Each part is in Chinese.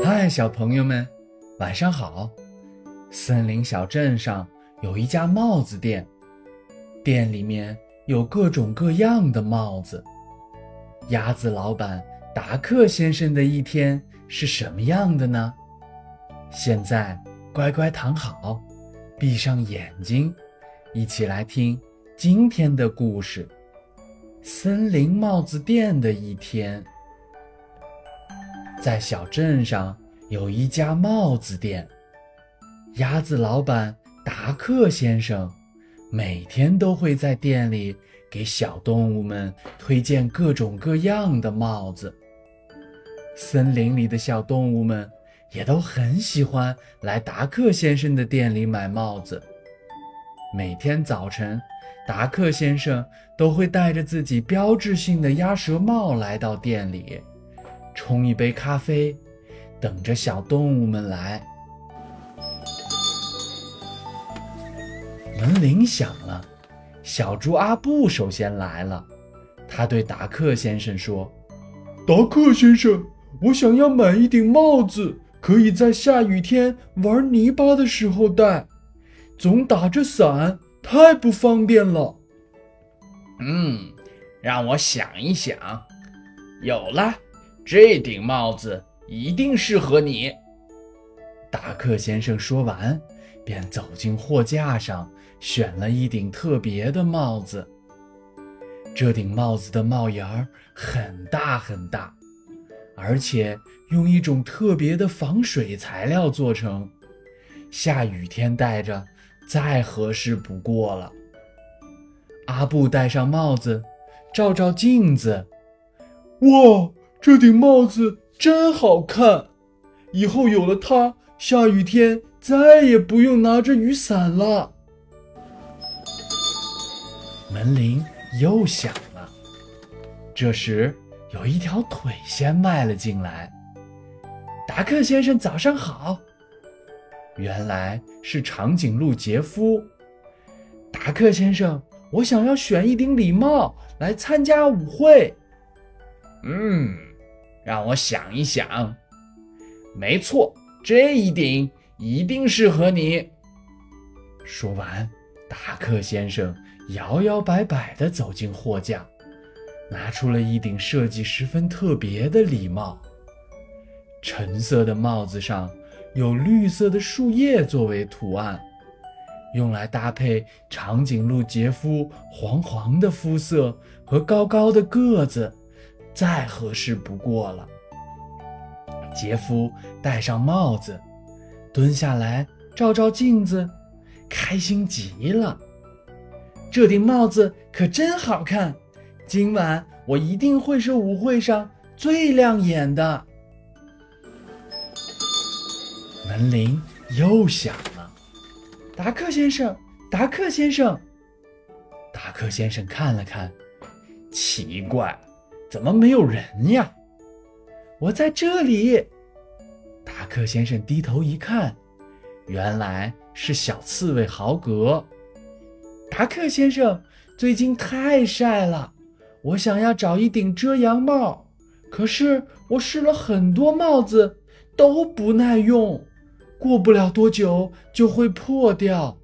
嗨，小朋友们，晚上好！森林小镇上有一家帽子店，店里面有各种各样的帽子。鸭子老板达克先生的一天是什么样的呢？现在乖乖躺好，闭上眼睛，一起来听今天的故事：森林帽子店的一天。在小镇上有一家帽子店，鸭子老板达克先生每天都会在店里给小动物们推荐各种各样的帽子。森林里的小动物们也都很喜欢来达克先生的店里买帽子。每天早晨，达克先生都会带着自己标志性的鸭舌帽来到店里，冲一杯咖啡，等着小动物们来。门铃响了，小猪阿布首先来了。他对达克先生说：达克先生，我想要买一顶帽子，可以在下雨天玩泥巴的时候戴，总打着伞，太不方便了。 让我想一想。有了，这顶帽子一定适合你。 达克先生说完，便走进货架上，选了一顶特别的帽子。这顶帽子的帽檐很大很大，而且用一种特别的防水材料做成，下雨天戴着再合适不过了。阿布戴上帽子，照照镜子，哇，这顶帽子真好看！以后有了它，下雨天再也不用拿着雨伞了。门铃又响了，这时有一条腿先迈了进来。达克先生早上好。原来是长颈鹿杰夫。达克先生，我想要选一顶礼帽来参加舞会。 让我想一想。没错，这一顶一定适合你。 说完，达克先生摇摇摆摆地走进货架，拿出了一顶设计十分特别的礼帽。橙色的帽子上有绿色的树叶作为图案，用来搭配长颈鹿杰夫黄黄的肤色和高高的个子，再合适不过了。杰夫戴上帽子，蹲下来照照镜子，开心极了。这顶帽子可真好看，今晚我一定会是舞会上最亮眼的。门铃又响了。达克先生，达克先生。达克先生看了看， 奇怪，怎么没有人呀？ 我在这里。达克先生低头一看，原来是小刺猬豪格。达克先生，最近太晒了，我想要找一顶遮阳帽，可是我试了很多帽子，都不耐用，过不了多久就会破掉。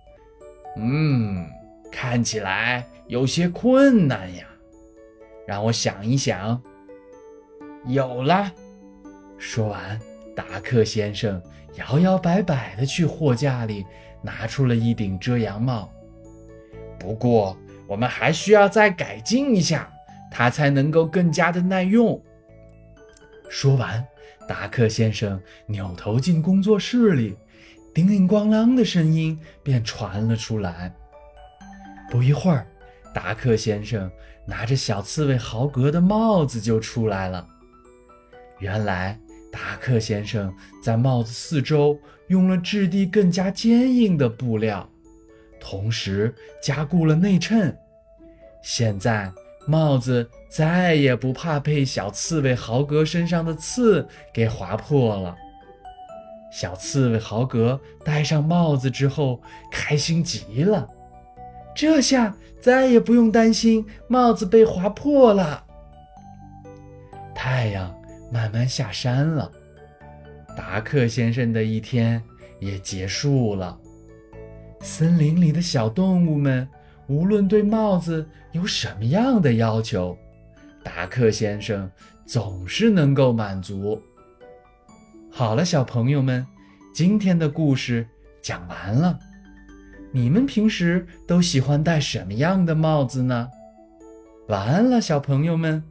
看起来有些困难呀。让我想一想。有了。 说完，达克先生摇摇摆摆地去货架里拿出了一顶遮阳帽。 不过我们还需要再改进一下，它才能够更加的耐用。 说完，达克先生扭头进工作室里，叮铃咣啷的声音便传了出来。不一会儿，达克先生拿着小刺猬豪格的帽子就出来了。原来达克先生在帽子四周用了质地更加坚硬的布料，同时加固了内衬。现在帽子再也不怕被小刺猬豪格身上的刺给划破了。小刺猬豪格戴上帽子之后开心极了，这下再也不用担心帽子被划破了。太阳慢慢下山了， 达克先生的一天也结束了。森林里的小动物们，无论对帽子有什么样的要求，达克先生总是能够满足。好了，小朋友们，今天的故事讲完了。你们平时都喜欢戴什么样的帽子呢？晚安了，小朋友们。